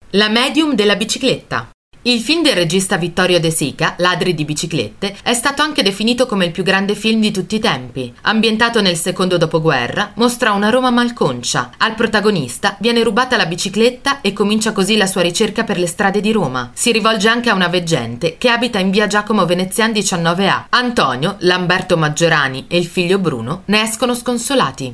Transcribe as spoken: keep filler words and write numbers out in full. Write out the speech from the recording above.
La medium della bicicletta. Il film del regista Vittorio De Sica, Ladri di biciclette, è stato anche definito come il più grande film di tutti i tempi. Ambientato nel secondo dopoguerra, mostra una Roma malconcia. Al protagonista viene rubata la bicicletta e comincia così la sua ricerca per le strade di Roma. Si rivolge anche a una veggente che abita in via Giacomo Venezian diciannove A. Antonio, Lamberto Maggiorani e il figlio Bruno ne escono sconsolati.